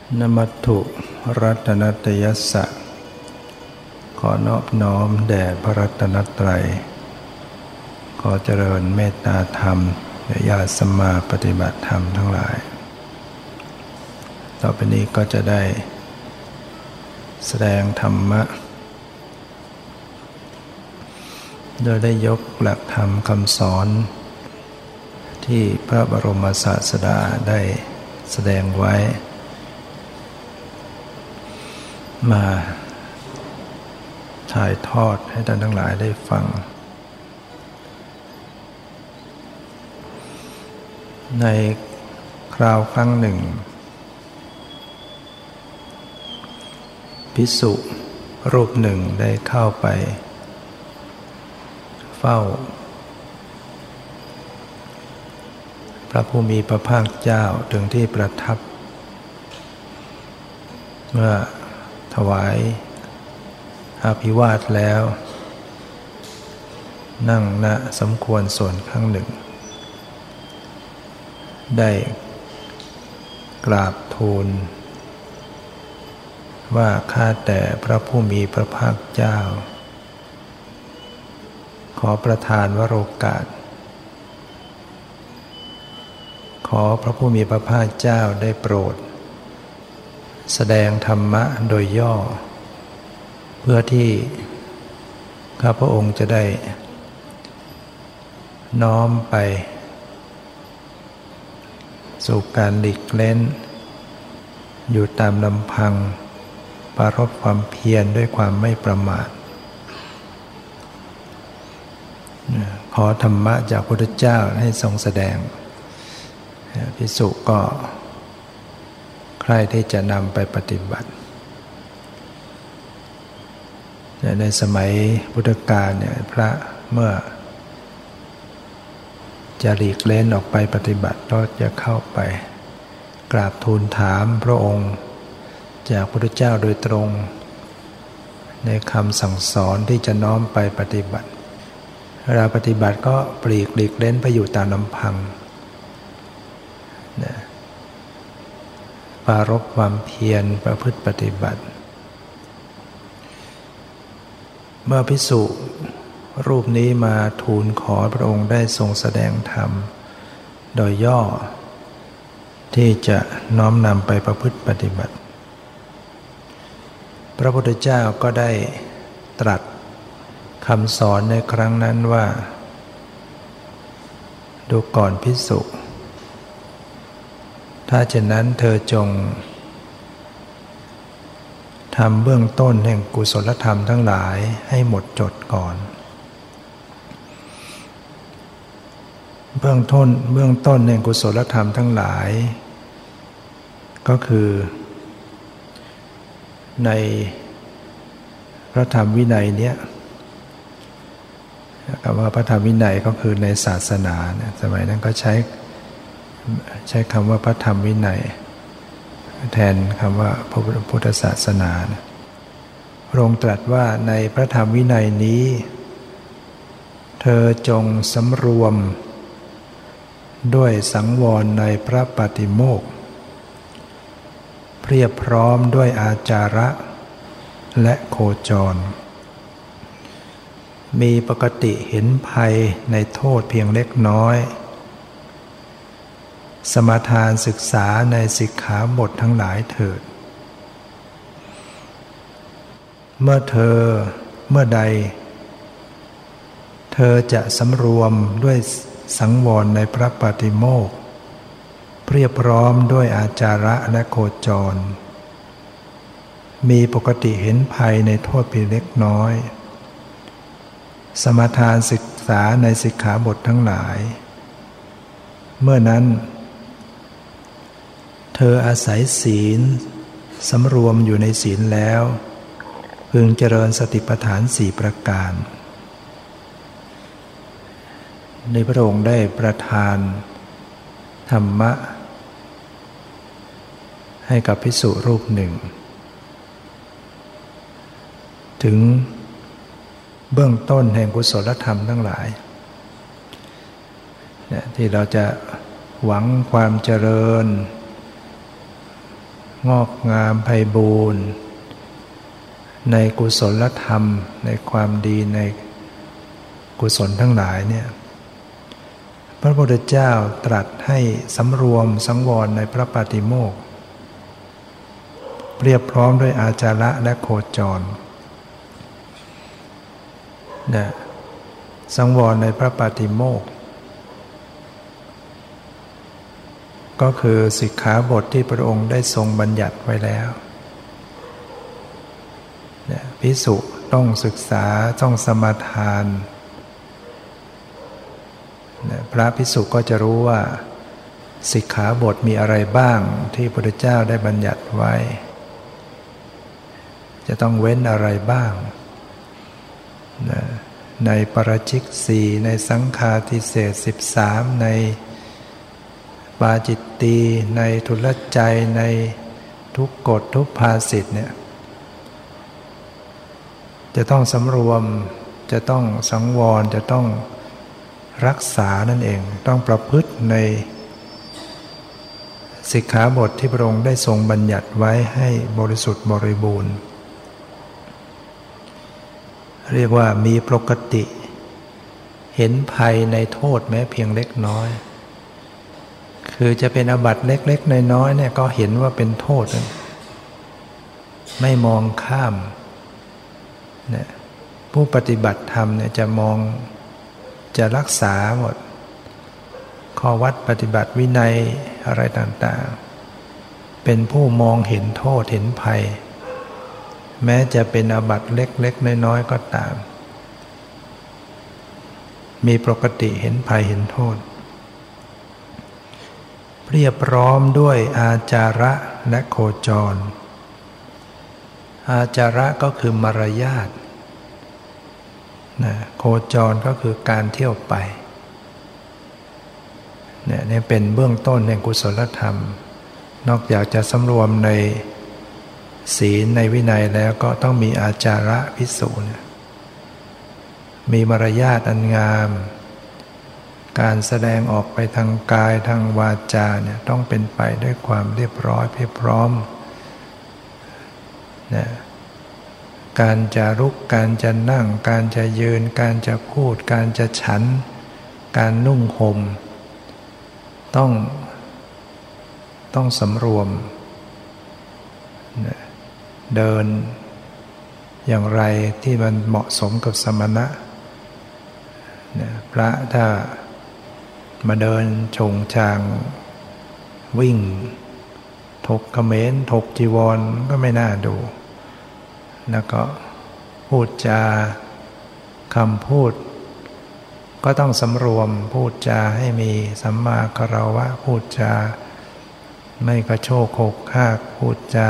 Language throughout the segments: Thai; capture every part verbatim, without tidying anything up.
นมัตถุรัตนัตยัสสะขอนอบน้อมแด่พระรัตนตรัยขอเจริญเมตตาธรรมแด่ญาติสัมมาปฏิบัติธรรมทั้งหลายต่อไปนี้ก็จะได้แสดงธรรมะโดยได้ยกหลักธรรมคำสอนที่พระบรมศาสดาได้แสดงไว้มาถ่ายทอดให้ท่านทั้งหลายได้ฟังในคราวครั้งหนึ่งภิกษุรูปหนึ่งได้เข้าไปเฝ้าพระผู้มีพระภาคเจ้าถึงที่ประทับเมื่อถวายอภิวาทแล้วนั่งณสมควรส่วนข้างหนึ่งได้กราบทูลว่าข้าแต่พระผู้มีพระภาคเจ้าขอประทานวโรกาสขอพระผู้มีพระภาคเจ้าได้โปรดแสดงธรรมะโดยย่อเพื่อที่ข้าพระองค์จะได้น้อมไปสู่การหลีกเล่นอยู่ตามลำพังปรารภความเพียรด้วยความไม่ประมาทขอธรรมะจากพระพุทธเจ้าให้ทรงแสดงภิกษุก็ใครที่จะนำไปปฏิบัติในสมัยพุทธกาลเนี่ยพระเมื่อจะหลีกเล่นออกไปปฏิบัติก็จะเข้าไปกราบทูลถามพระองค์จากพระพุทธเจ้าโดยตรงในคำสั่งสอนที่จะน้อมไปปฏิบัติเวลาปฏิบัติก็ปลีกหลีกเล่นไปอยู่ตามลำพังนะปรารภความเพียรประพฤติปฏิบัติเมื่อภิกษุรูปนี้มาทูลขอพระองค์ได้ทรงแสดงธรรมโดยย่อที่จะน้อมนำไปประพฤติปฏิบัติพระพุทธเจ้าก็ได้ตรัสคำสอนในครั้งนั้นว่าดูก่อนภิกษุถ้าเช่นนั้นเธอจงทำเบื้องต้นแห่งกุศลธรรมทั้งหลายให้หมดจดก่อนเบื้องต้นเบื้องต้นแห่งกุศลธรรมทั้งหลายก็คือในพระธรรมวินัยเนี้ยคำว่าพระธรรมวินัยก็คือในศาสนาเนี่ยสมัยนั้นก็ใช้ใช้คำว่าพระธรรมวินัยแทนคำว่าพระพุทธศาสนาพระองค์ตรัสว่าในพระธรรมวินัยนี้เธอจงสำรวมด้วยสังวรในพระปาติโมกข์เพียบพร้อมด้วยอาจาระและโคจรมีปกติเห็นภัยในโทษเพียงเล็กน้อยสมาทานศึกษาในสิกขาบททั้งหลายเถิดเมื่อเธอเมื่อใดเธอจะสำรวมด้วยสังวรในพระปาติโมกข์เพียบพร้อมด้วยอาจาระและโคจรมีปกติเห็นภัยในโทษเพียงเล็กน้อยสมาทานศึกษาในสิกขาบททั้งหลายเมื่อนั้นเธออาศัยศีลสำรวมอยู่ในศีลแล้วพึงเจริญสติปัฏฐานสี่ประการในพระองค์ได้ประทานธรรมะให้กับภิกษุรูปหนึ่งถึงเบื้องต้นแห่งกุศลธรรมทั้งหลายที่เราจะหวังความเจริญงอกงามไพบูรณ์ในกุศลธรรมในความดีในกุศลทั้งหลายเนี่ยพระพุทธเจ้าตรัสให้สำรวมสังวรในพระปาติโมกข์เรียบพร้อมด้วยอาจาระและโคจรเนี่ยสังวรในพระปาติโมกข์ก็คือสิกขาบทที่พระองค์ได้ทรงบัญญัติไว้แล้วเนี่ยภิกษุต้องศึกษาต้องสมาทานเนี่ยพระภิกษุก็จะรู้ว่าสิกขาบทมีอะไรบ้างที่พระพุทธเจ้าได้บัญญัติไว้จะต้องเว้นอะไรบ้างในปาราชิกสี่ในสังฆาทิเศษสิบสามในปาจิตตีในทุลใจในทุกกฎทุกภาสิทธ์เนี่ยจะต้องสำรวมจะต้องสังวรจะต้องรักษานั่นเองต้องประพฤติในสิกขาบทที่พระองค์ได้ทรงบัญญัติไว้ให้บริสุทธิ์บริบูรณ์เรียกว่ามีปกติเห็นภัยในโทษแม้เพียงเล็กน้อยคือจะเป็นอาบัติเล็กๆน้อยๆเนี่ยก็เห็นว่าเป็นโทษไม่มองข้ามเนี่ยผู้ปฏิบัติธรรมเนี่ยจะมองจะรักษาหมดข้อวัดปฏิบัติวินัยอะไรต่างๆเป็นผู้มองเห็นโทษเห็นภัยแม้จะเป็นอาบัติเล็กๆน้อยๆก็ตามมีปกติเห็นภัยเห็นโทษเรียบพร้อมด้วยอาจาระและโคจรอาจาระก็คือมารยาทนะโคจรก็คือการเที่ยวไปเนี่ยนี่เป็นเบื้องต้นแห่งกุศลธรรมนอกจากจะสำรวมในศีลในวินัยแล้วก็ต้องมีอาจาระภิกษุเนี่ยมีมารยาทอันงามการแสดงออกไปทางกายทางวาจาเนี่ยต้องเป็นไปด้วยความเรียบร้อยเพียบพร้อมเนี่ยการจะลุกการจะนั่งการจะยืนการจะพูดการจะฉันการนุ่งห่มต้องต้องสำรวมเดินอย่างไรที่มันเหมาะสมกับสมณะพระถ้ามาเดินชงชางวิ่งถกเขมรถกจีวรก็ไม่น่าดูแล้วก็พูดจาคำพูดก็ต้องสำรวมพูดจาให้มีสัมมาคารวะพูดจาไม่กระโชกโขกหากพูดจา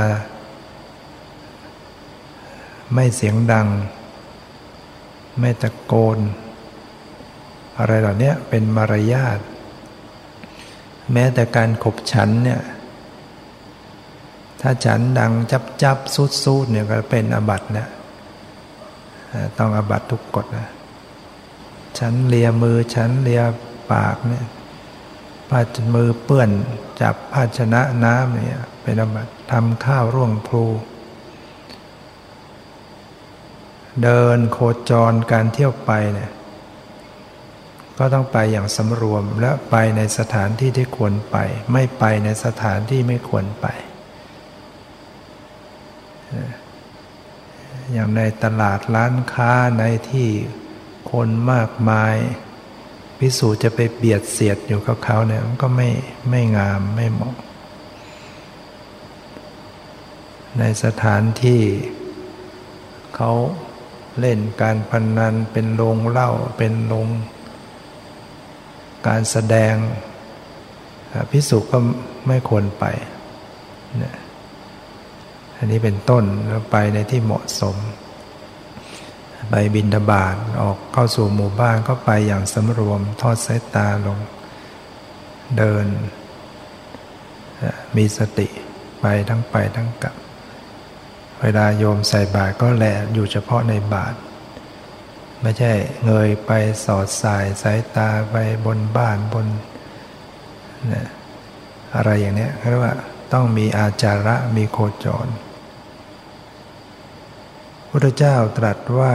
ไม่เสียงดังไม่ตะโกนอะไรเหล่านี้เป็นมารยาทแม้แต่การขบฉันเนี่ยถ้าฉันดังจับจับซูดซูดเนี่ยก็เป็นอาบัตินะต้องอาบัติทุกกฎนะฉันเลียมือฉันเลียปากเนี่ยผ้ามือเปื้อนจับภาชนะน้ำเนี่ยเป็นอาบัติทำข้าวร่วงพลูเดินโคจรการเที่ยวไปเนี่ยก็ต้องไปอย่างสำรวมและไปในสถานที่ที่ควรไปไม่ไปในสถานที่ไม่ควรไปอย่างในตลาดร้านค้าในที่คนมากมายภิกษุจะไปเบียดเสียดอยู่กับเขาเนี่ยมันก็ไม่ไม่งามไม่เหมาะในสถานที่เขาเล่นการพนันเป็นโรงเหล้าเป็นโรงการแสดงภิกษุก็ไม่ควรไปนะอันนี้เป็นต้นแล้วไปในที่เหมาะสมไปบิณฑบาตออกเข้าสู่หมู่บ้านก็ไปอย่างสำรวมทอดสายตาลงเดินมีสติไปทั้งไปทั้งกลับเวลาโยมใส่บาตรก็แลอยู่เฉพาะในบาตรไม่ใช่เงยไปสอดสายสายตาไปบนบ้านบนนะอะไรอย่างนี้เรียกว่าต้องมีอาจาระมีโคจรพุทธเจ้าตรัสว่า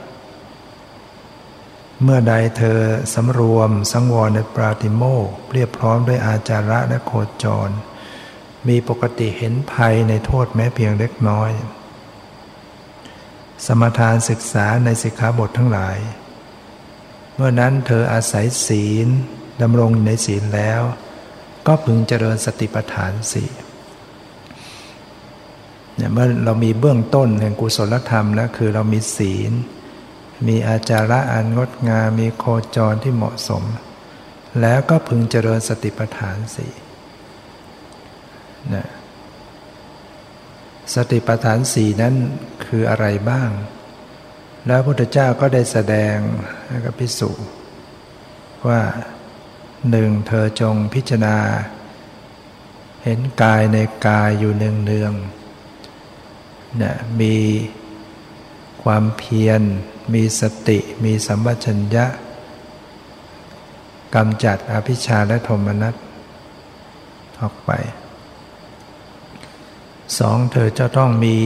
เมื่อใดเธอสำรวมสังวรในปราติโมกข์เรียบพร้อมด้วยอาจาระและโคจรมีปกติเห็นภัยในโทษแม้เพียงเล็กน้อยสมทานศึกษาในสิกขาบททั้งหลายเมื่อนั้นเธออาศัยศีลดำรงในศีลแล้วก็พึงเจริญสติปัฏฐานสี่เนี่ยเมื่อเรามีเบื้องต้นแห่งกุศลธรรมแล้วคือเรามีศีลมีอาจาระอันงดงามมีโคจรที่เหมาะสมแล้วก็พึงเจริญสติปัฏฐานสี่นะสติปัฏฐานสี่นั้นคืออะไรบ้างแล้วพระพุทธเจ้าก็ได้แสดงให้กับภิกษุว่าหนึ่งเธอจงพิจารณาเห็นกายในกายอยู่เนืองๆนะมีความเพียรมีสติมีสัมปชัญญะกำจัดอภิชฌาและโทมนัสออกไปสองเธอจะต้องมี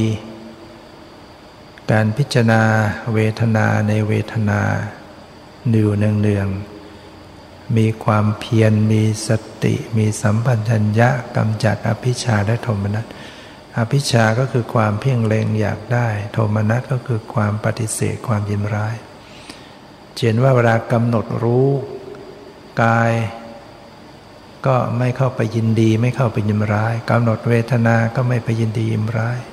การพิจารณาเวทนาในเวทนาอยู่เนืองๆมีความเพียรมีสติมีสัมปชัญญะกำจัดอภิชฌาและโทมนัสอภิชฌาก็คือความเพ่งเล็งอยากได้โทมนัสก็คือความปฏิเสธความยินร้ายเห็นว่าเวลากำหนดรู้กายก็ไม่เข้าไปยินดีไม่เข้าไปยินร้ายกำหนดเวทนาก็ไม่ไปยินดียินร้าย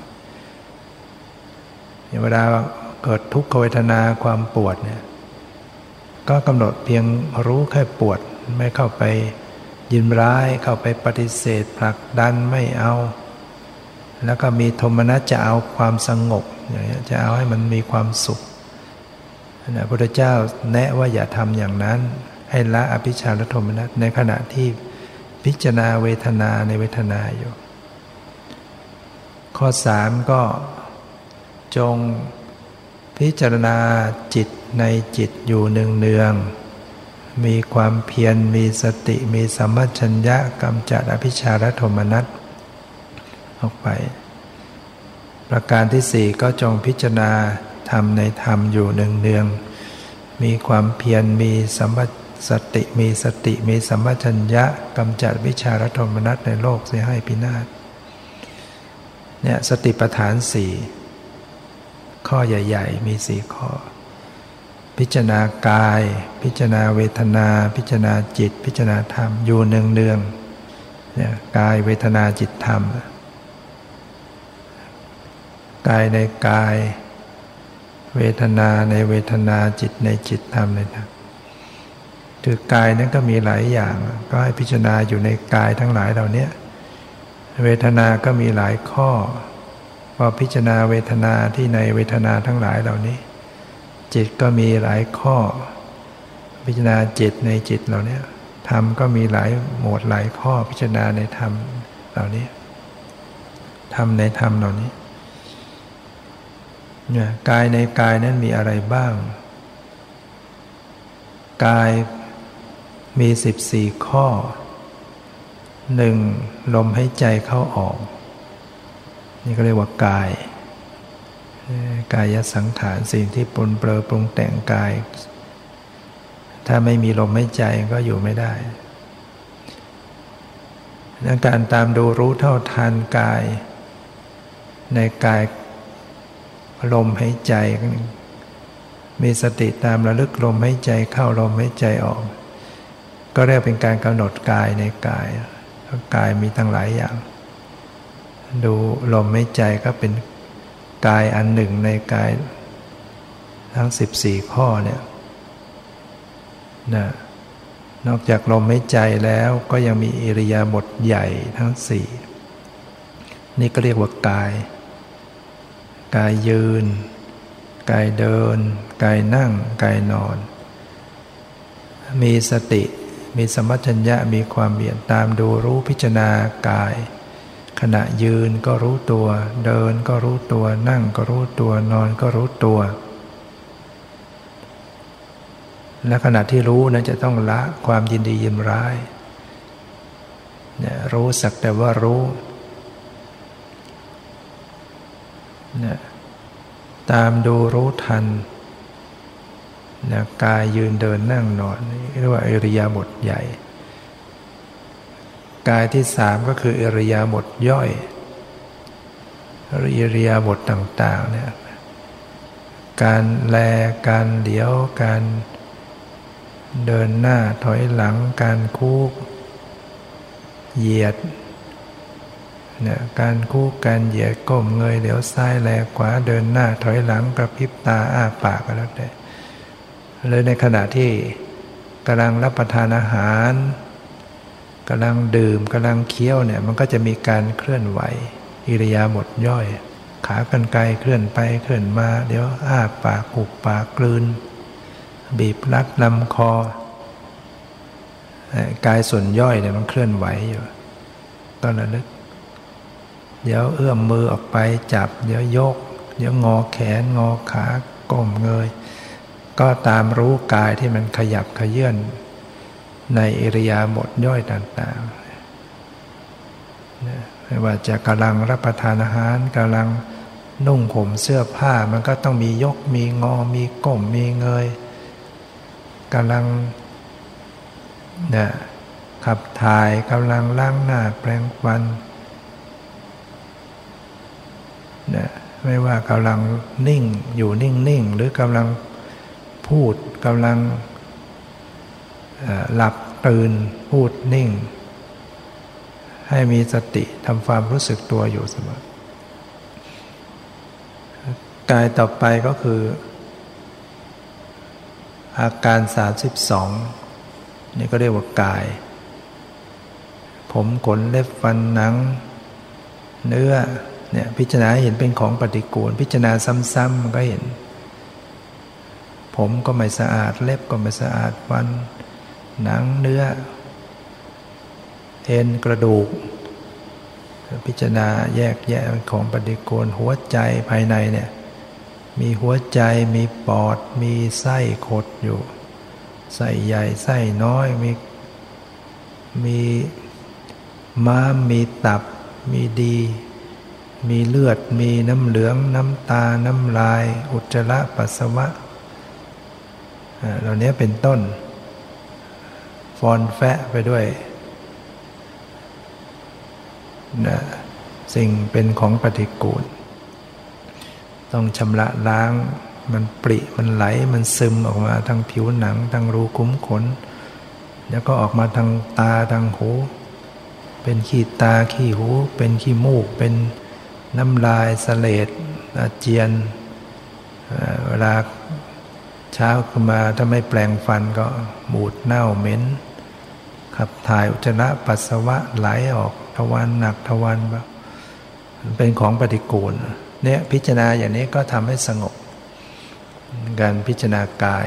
เวลาเกิดทุกขเวทนาความปวดเนี่ยก็กำหนดเพียงรู้แค่ปวดไม่เข้าไปยินร้ายเข้าไปปฏิเสธผลักดันไม่เอาแล้วก็มีโทมนัสจะเอาความสงบอย่างนี้จะเอาให้มันมีความสุขพระพุทธเจ้าแนะว่าอย่าทำอย่างนั้นให้ละอภิชฌาและโทมนัสในขณะที่พิจารณาเวทนาในเวทนาอยู่ข้อสามก็จงพิจารณาจิตในจิตอยู่เนืองๆมีความเพียรมีสติมีสัมปชัญญะกำจัดอภิชฌาและโทมนัสออกไปประการที่สี่ก็จงพิจารณาธรรมในธรรมอยู่เนืองๆมีความเพียรมีสัมปสติมีสติมีสัมปชัญญะกำจัดวิชาและโทมนัสในโลกเสียให้พินาศเนี่ยสติปัฏฐานสี่ข้อใหญ่ๆมีสี่ข้อพิจารณากายพิจารณาเวทนาพิจารณาจิตพิจารณาธรรมอยู่เนืองๆเนี่ยกายเวทนาจิตธรรมกายในกายเวทนาในเวทนาจิตในจิตธรรมในธรรมคือกายนั้นก็มีหลายอย่างก็ให้พิจารณาอยู่ในกายทั้งหลายเหล่านี้เวทนาก็มีหลายข้อพอพิจารณาเวทนาที่ในเวทนาทั้งหลายเหล่านี้จิตก็มีหลายข้อพิจารณาจิตในจิตเหล่านี้ธรรมก็มีหลายหมวดหลายข้อพิจารณาในธรรมเหล่านี้ธรรมในธรรมเหล่านี้เนี่ยกายในกายนั้นมีอะไรบ้างกายมีสิบสี่ข้อหนึ่งลมหายใจเข้าออกนี่ก็เรียกว่ากายกายสังขารสิ่งที่ปรุงเปรอปรุงแต่งกายถ้าไม่มีลมหายใจก็อยู่ไม่ได้ดังการตามดูรู้เท่าทันกายในกายลมหายใจมีสติตามระลึกลมหายใจเข้าลมหายใจออกก็เรียกเป็นการกำหนดกายในกายกายมีทั้งหลายอย่างดูลมหายใจก็เป็นกายอันหนึ่งในกายทั้งสิบสี่ข้อเนี่ยนะนอกจากลมหายใจแล้วก็ยังมีอิริยาบถใหญ่ทั้งสี่นี่ก็เรียกว่ากายกายยืนกายเดินกายนั่งกายนอนมีสติมีสัมปชัญญะมีความเบี่ยนตามดูรู้พิจารณากายขณะยืนก็รู้ตัวเดินก็รู้ตัวนั่งก็รู้ตัวนอนก็รู้ตัวและขณะที่รู้นั้นจะต้องละความยินดียินร้ายเนี่ยรู้สักแต่ว่ารู้นะตามดูรู้ทันนะกายยืนเดินนั่งนอนเรียกว่าอิริยาบถใหญ่กายที่สามก็คืออิริยาบถย่อยอิริยาบถต่างๆเนี่ยการแลการเดี๋ยวการเดินหน้าถอยหลังการคูกเหยียดเนี่ยการคูกการเหยียดก้มเงยเดี๋ยวซ้ายแลขวาเดินหน้าถอยหลังกระพริบตาอ้าปากก็แล้วแต่เลยในขณะที่กำลังรับประทานอาหารกำลังดื่มกำลังเคี้ยวเนี่ยมันก็จะมีการเคลื่อนไหวอิริยาบถย่อยขากรรไกรเคลื่อนไปเคลื่อนมาเดี๋ยวอ้าปากหุบปากกลืนบีบรัดลำคอกายส่วนย่อยเนี่ยมันเคลื่อนไหวอยู่ก็ระลึกเดี๋ยวเอื้อมมือออกไปจับเดี๋ยวยกเดี๋ยวงอแขนงอขาก้มเงยก็ตามรู้กายที่มันขยับเขยื้อนในอิริยาบถย่อยต่างๆไม่ว่าจะกำลังรับประทานอาหารกำลังนุ่งห่มเสื้อผ้ามันก็ต้องมียกมีงอมีก้มมีเงยกำลังเนี่ยขับถ่ายกำลังล้างหน้าแปรงฟันเนี่ยไม่ว่ากำลังนิ่งอยู่นิ่งๆหรือกำลังพูดกำลังหลับตื่นพูดนิ่งให้มีสติทำความรู้สึกตัวอยู่เสมอกายต่อไปก็คืออาการสามสิบสองนี่ก็เรียกว่ากายผมขนเล็บฟันหนังเนื้อเนี่ยพิจารณาเห็นเป็นของปฏิกูลพิจารณาซ้ำๆมันก็เห็นผมก็ไม่สะอาดเล็บก็ไม่สะอาดฟันหนังเนื้อเอ็นกระดูกพิจารณาแยกแยะเป็นของปฏิกูลหัวใจภายในเนี่ยมีหัวใจมีปอดมีไส้ขดอยู่ไส้ใหญ่ไส้น้อยมีมีม้ามมีตับมีดีมีเลือดมีน้ำเหลืองน้ำตาน้ำลายอุจจาระปัสสาวะเหล่านี้เป็นต้นฟอนแฟะไปด้วยนะสิ่งเป็นของปฏิกูลต้องชำระล้างมันปริมันไหลมันซึมออกมาทางผิวหนังทางรูขุมขนแล้วก็ออกมาทางตาทางหูเป็นขี้ตาขี้หูเป็นขี้มูกเป็นน้ำลายเสลดอาเจียนเวลาเช้าขึ้นมาถ้าไม่แปรงฟันก็บูดเน่าเหม็นขับถ่ายอุจจาระปัสสาวะไหลออกทวารหนักทวารเบาเป็นของปฏิกูลเนี่ยพิจารณาอย่างนี้ก็ทำให้สงบการพิจารณากาย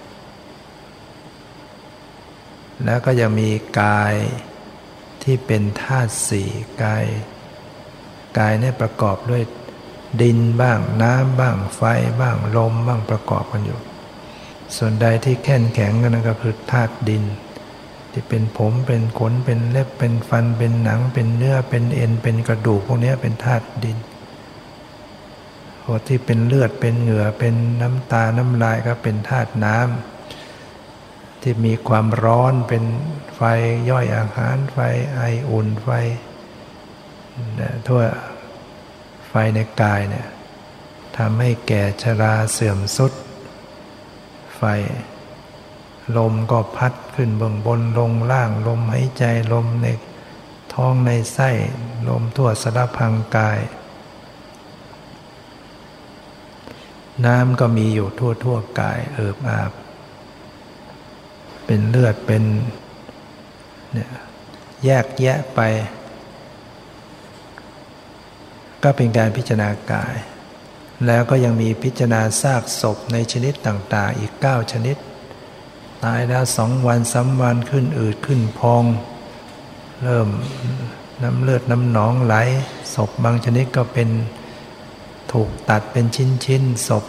แล้วก็ยังมีกายที่เป็นธาตุสี่กายกายเนี่ยประกอบด้วยดินบ้างน้ำบ้างไฟบ้างลมบ้างประกอบกันอยู่ส่วนใดที่แข็งแข็งก็นั่นก็คือธาตุดินที่เป็นผมเป็นขนเป็นเล็บเป็นฟันเป็นหนังเป็นเนื้อเป็นเอ็นเป็นกระดูกพวกนี้เป็นธาตุดินพวกที่เป็นเลือดเป็นเหงื่อเป็นน้ำตาน้ำลายก็เป็นธาตุน้ำที่มีความร้อนเป็นไฟย่อยอาหารไฟไออุ่นไฟทั่วไฟในกายเนี่ยทำให้แก่ชราเสื่อมทรุดไฟลมก็พัดขึ้นเบื้องบนลงล่างลมหายใจลมในท้องในไส้ลมทั่วสารพังกายน้ำก็มีอยู่ทั่วทั่วกายเอิบอาบเป็นเลือดเป็นเนี่ยแยกแยะไปก็เป็นการพิจารณากายแล้วก็ยังมีพิจารณาซากศพในชนิดต่างๆอีกเก้าชนิดตายแล้วสองวันสามวันขึ้นอืดขึ้นพองเริ่มน้ำเลือดน้ำหนองไหลศพบางชนิดก็เป็นถูกตัดเป็นชิ้นๆศพ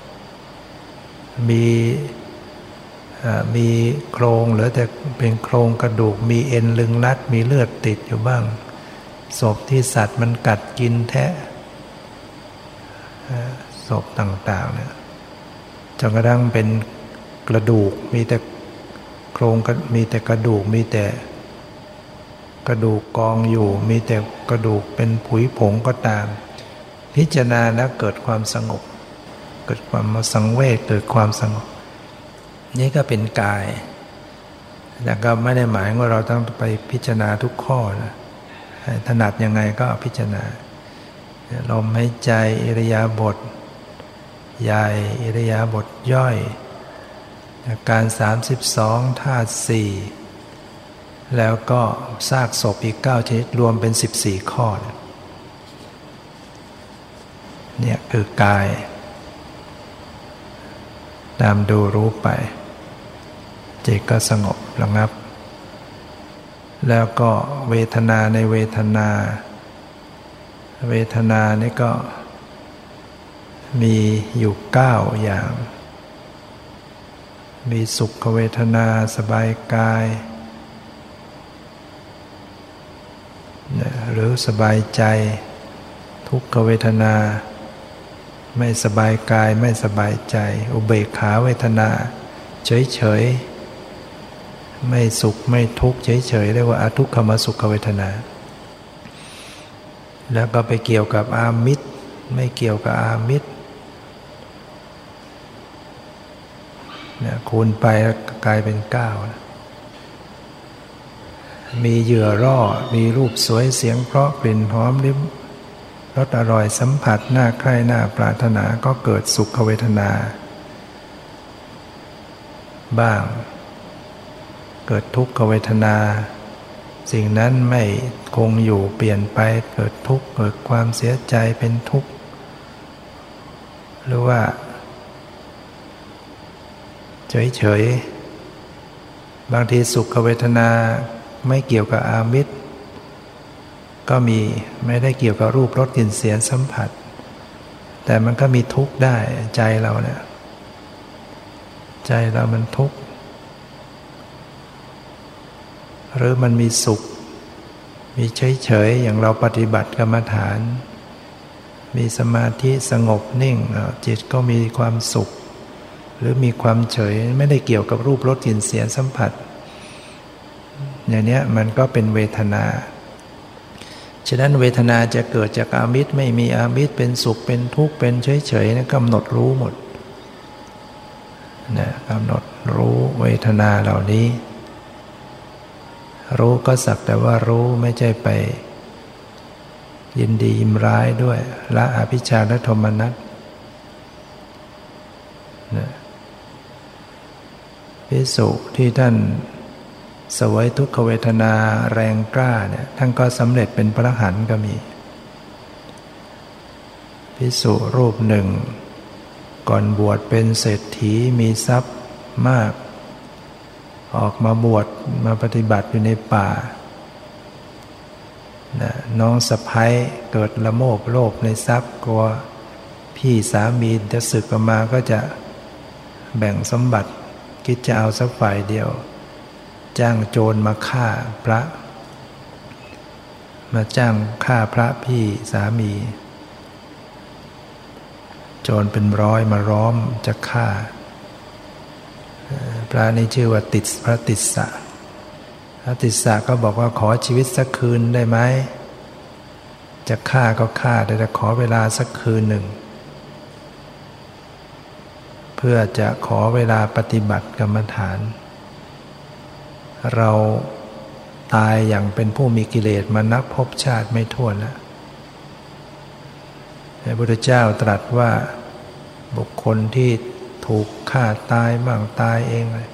มีมีโครงเหลือแต่เป็นโครงกระดูกมีเอ็นลึงรัดมีเลือดติดอยู่บ้างศพที่สัตว์มันกัดกินแทะศพต่างๆเนี่ยจนกระทั่งเป็นกระดูกมีแต่โครงมีแต่กระดูกมีแต่กระดูกกองอยู่มีแต่กระดูกเป็นผุยผงก็ตามพิจารณาแล้วเกิดความสงบเกิดความสังเวชเกิดความสงบนี่ก็เป็นกายแต่ก็ไม่ได้หมายว่าเราต้องไปพิจารณาทุกข้อนะถนัดยังไงก็พิจารณาลมหายใจอิริยาบถใหญ่อิริยาบถย่อยอาการสามสิบสองธาตุสี่แล้วก็ซากศพอีกเก้าชนิดรวมเป็นสิบสี่ข้อเนี่ยคือกายตามดูรู้ไปจิตก็สงบระงับแล้วก็เวทนาในเวทนาเวทนานี่ก็มีอยู่เก้าอย่างมีสุขเวทนาสบายกายหรือสบายใจทุกขเวทนาไม่สบายกายไม่สบายใจอุเบกขาเวทนาเฉยๆไม่สุขไม่ทุกข์เฉยๆเรียกว่าอทุกขมสุขเวทนาแล้วก็ไปเกี่ยวกับอามิตรไม่เกี่ยวกับอามิตรเนี่ยคูณไปกลายเป็นเก้ามีเหยื่อร่อมีรูปสวยเสียงเพราะกลิ่นหอมลิ้มรสอร่อยสัมผัสน่าใคร่น่าปรารถนาก็เกิดสุขเวทนาบ้างเกิดทุกขเวทนาสิ่งนั้นไม่คงอยู่เปลี่ยนไปเกิดทุกข์เกิดความเสียใจเป็นทุกข์หรือว่าเฉยๆบางทีสุขเวทนาไม่เกี่ยวกับอามิตรก็มีไม่ได้เกี่ยวกับรูปรสกลิ่นเสียงสัมผัสแต่มันก็มีทุกข์ได้ใจเราเนี่ยใจเรามันทุกข์หรือมันมีสุขมีเฉยๆอย่างเราปฏิบัติกรรมฐานมีสมาธิสงบนิ่งจิตก็มีความสุขหรือมีความเฉยไม่ได้เกี่ยวกับรูปรสกลิ่นเสียงสัมผัสอย่างนี้มันก็เป็นเวทนาฉะนั้นเวทนาจะเกิดจากอามิตรไม่มีอามิตรเป็นสุขเป็นทุกข์เป็นเฉยๆนะกำหนดรู้หมดนะกำหนดรู้เวทนาเหล่านี้รู้ก็สักแต่ว่ารู้ไม่ใช่ไปยินดียินร้ายด้วยละอภิชฌาและโทมนัสนะภิกษุที่ท่านเสวยทุกขเวทนาแรงกล้าเนี่ยท่านก็สำเร็จเป็นพระอรหันต์ก็มีภิกษุรูปหนึ่งก่อนบวชเป็นเศรษฐีมีทรัพย์มากออกมาบวชมาปฏิบัติอยู่ในป่านะน้องสะใภ้เกิดละโมบโลภในทรัพย์กลัวพี่สามีจะสึกออกมาก็จะแบ่งสมบัติคิดจะเอาสักฝ่ายเดียวจ้างโจรมาฆ่าพระมาจ้างฆ่าพระพี่สามีโจรเป็นร้อยมาล้อมจะฆ่าพระนี่ชื่อว่าติดพระติสสะพระติสสะก็บอกว่าขอชีวิตสักคืนได้ไหมจะฆ่าก็ฆ่าแต่ขอเวลาสักคืนหนึ่งเพื่อจะขอเวลาปฏิบัติกรรมฐานเราตายอย่างเป็นผู้มีกิเลสมานับภพชาติไม่ถ้วนแล้วพระพุทธเจ้าตรัสว่าบุคคลที่ถูกฆ่าตายบ้างตายเองเลย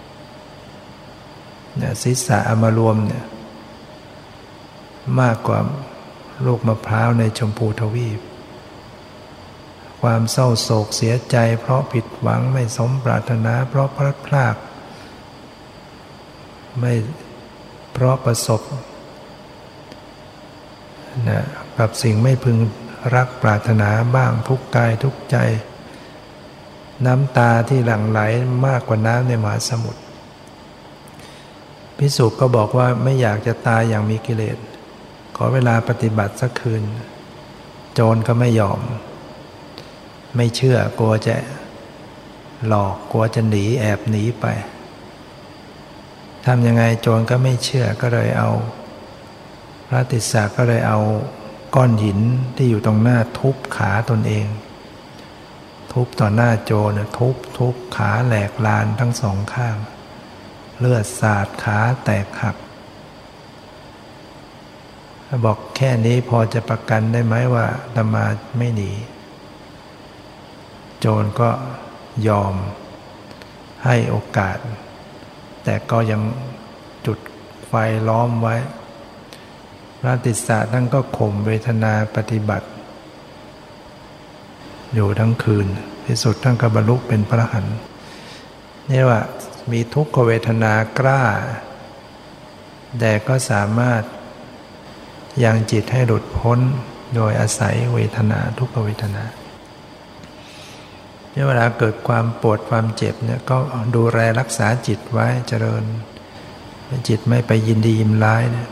เนี่ยศีรษะเอามารวมเนี่ยมากกว่าลูกมะพร้าวในชมพูทวีปความเศร้าโศกเสียใจเพราะผิดหวังไม่สมปรารถนาเพราะพลัดพรากไม่เพราะประสบนะกับสิ่งไม่พึงรักปรารถนาบ้างทุกกายทุกใจน้ำตาที่หลั่งไหลมากกว่าน้ำในมหาสมุทรภิกษุก็บอกว่าไม่อยากจะตายอย่างมีกิเลสขอเวลาปฏิบัติสักคืนโจรก็ไม่ยอมไม่เชื่อกลัวจะหลอกกลัวจะหนีแอบหนีไปทำยังไงโจรก็ไม่เชื่อก็เลยเอาพระติสสะก็เลยเอาก้อนหินที่อยู่ตรงหน้าทุบขาตนเองทุบต่อหน้าโจรทุบทุบขาแหลกลานทั้งสองข้างเลือดสาดขาแตกหักบอกแค่นี้พอจะประกันได้ไหมว่าอาตมาไม่หนีโจรก็ยอมให้โอกาสแต่ก็ยังจุดไฟล้อมไว้พระติสสะท่านก็ข่มเวทนาปฏิบัติอยู่ทั้งคืนที่สุดท่านก็บรรลุเป็นพระอรหันต์นี่ว่ามีทุกขเวทนากล้าแต่ก็สามารถยังจิตให้หลุดพ้นโดยอาศัยเวทนาทุกขเวทนาเนี่ยเวลาเกิดความปวดความเจ็บเนี่ยก็ดูแลรักษาจิตไว้เจริญจิตไม่ไปยินดียินร้ายเนี่ย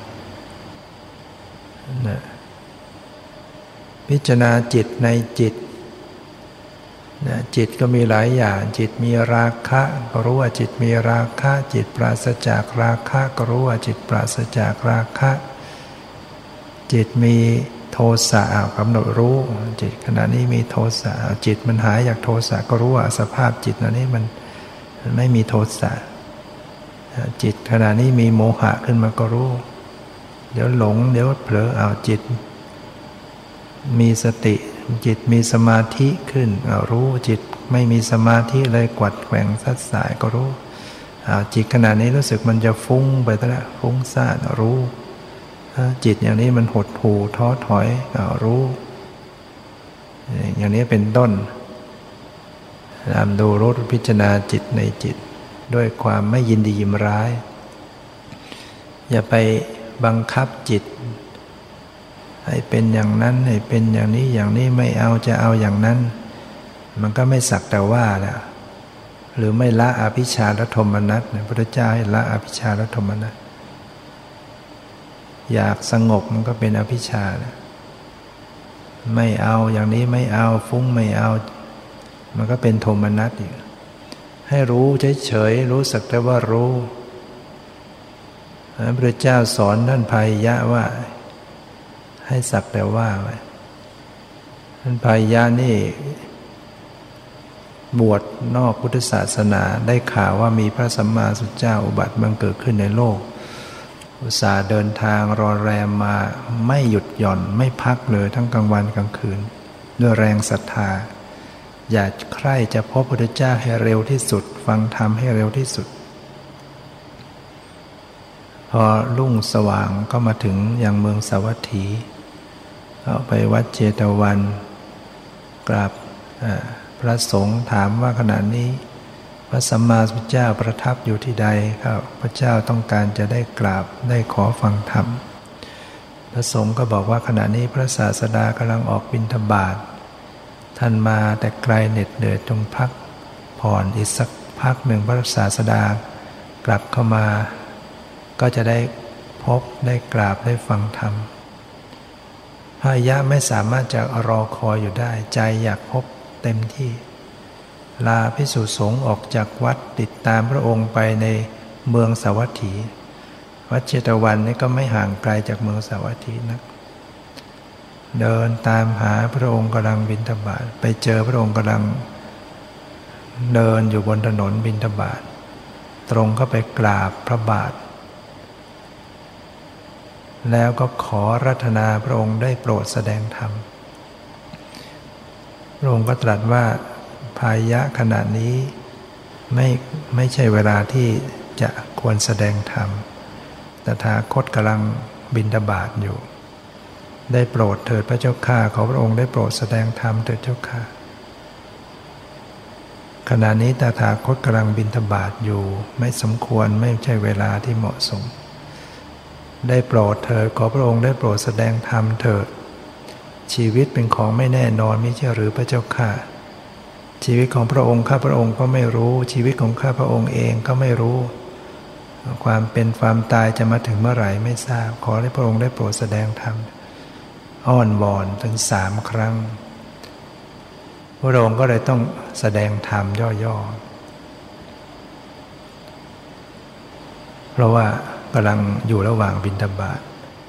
นะพิจารณาจิตในจิตนะจิตก็มีหลายอย่างจิตมีราคะก็รู้ว่าจิตมีราคะจิตปราศจากราคะก็รู้ว่าจิตปราศจากราคะจิตมีโทสะกำหนดรู้จิตขณะนี้มีโทสะจิตมันหายจากโทสะก็รู้ว่าสภาพจิตขณะนี้มันมันไม่มีโทสะจิตขณะนี้มีโมหะขึ้นมาก็รู้เดี๋ยวหลงเดี๋ยวเผลอเอาจิตมีสติจิตมีสมาธิขึ้นเอารู้จิตไม่มีสมาธิเลยกวัดแกว่งสัดสายก็รู้เอาจิตขณะนี้รู้สึกมันจะฟุ้งไปแล้วฟุ้งซ่านรู้จิตอย่างนี้มันหดหู่ท้อถอยเอารู้อย่างนี้เป็นต้นตามดูรู้พิจารณาจิตในจิตด้วยความไม่ยินดียินร้ายอย่าไปบังคับจิตให้เป็นอย่างนั้นให้เป็นอย่างนี้อย่างนี้ไม่เอาจะเอาอย่างนั้นมันก็ไม่สักแต่ว่าแหละหรือไม่ละอภิชฌาและโทมนัสพระพุทธเจ้าให้ละอภิชฌาและโทมนัสอยากสงบมันก็เป็นอภิชฌาไม่เอาอย่างนี้ไม่เอาฟุ้งไม่เอามันก็เป็นโทมนัสอีกให้รู้เฉยๆรู้สักแต่ว่ารู้พระพุทธเจ้าสอนท่านพาหิยะว่าให้สักแต่ว่าไว้ท่านพาหิยะนี่บวชนอกพุทธศาสนาได้ข่าวว่ามีพระสัมมาสัมพุทธเจ้าอุบัติบังเกิดขึ้นในโลกอุตส่าห์เดินทางรอแรมมาไม่หยุดหย่อนไม่พักเลยทั้งกลางวันกลางคืนด้วยแรงศรัทธาอยากใคร่จะพบพระพุทธเจ้าให้เร็วที่สุดฟังธรรมให้เร็วที่สุดพอรุ่งสว่างก็มาถึงยังเมืองสาวัตถีเข้าไปวัดเจตวันกราบพระสงฆ์ถามว่าขณะนี้พระสัมมาสัมพุทธเจ้าประทับอยู่ที่ใดครับพระเจ้าต้องการจะได้กราบได้ขอฟังธรรมพระสงฆ์ก็บอกว่าขณะนี้พระศาสดากำลังออกบิณฑบาตท่านมาแต่ไกลเหน็ดเหนื่อยจงพักผ่อนอีกสักพักหนึ่งพระศาสดากลับเข้ามาก็จะได้พบได้กราบได้ฟังธรรมพาหิยะไม่สามารถจะรอคอยอยู่ได้ใจอยากพบเต็มที่ลาภิกษุสงฆ์ออกจากวัดติดตามพระองค์ไปในเมืองสาวัตถีวัดเชตวันนี่ก็ไม่ห่างไกลจากเมืองสาวัตถีนักเดินตามหาพระองค์กำลังบิณฑบาตไปเจอพระองค์กำลังเดินอยู่บนถนนบิณฑบาตตรงเข้าไปกราบพระบาทแล้วก็ขอรัตนาพระองค์ได้โปรดแสดงธรรมพระองค์ก็ตรัสว่าพาหิยะขณะนี้ไม่ไม่ใช่เวลาที่จะควรแสดงธรรมตถาคตกำลังบิณฑบาตอยู่ได้โปรดเถิดพระเจ้าข้าขอพระองค์ได้โปรดแสดงธรรมเถิดเจ้าข้าขณะนี้ตถาคตกำลังบิณฑบาตอยู่ไม่สมควรไม่ใช่เวลาที่เหมาะสมได้โปรดเถิดขอพระองค์ได้โปรดแสดงธรรมเถิดชีวิตเป็นของไม่แน่นอนมิใช่หรือพระเจ้าข้าชีวิตของพระองค์ข้าพระองค์ก็ไม่รู้ชีวิตของข้าพระองค์เองก็ไม่รู้ความเป็นความตายจะมาถึงเมื่อไหร่ไม่ทราบขอให้พระองค์ได้โปรดแสดงธรรมอ้อนวอนถึงสามครั้งพพระองค์ก็เลยต้องแสดงธรรมย่อๆเพราะว่ากำลังอยู่ระหว่างบิณฑบาต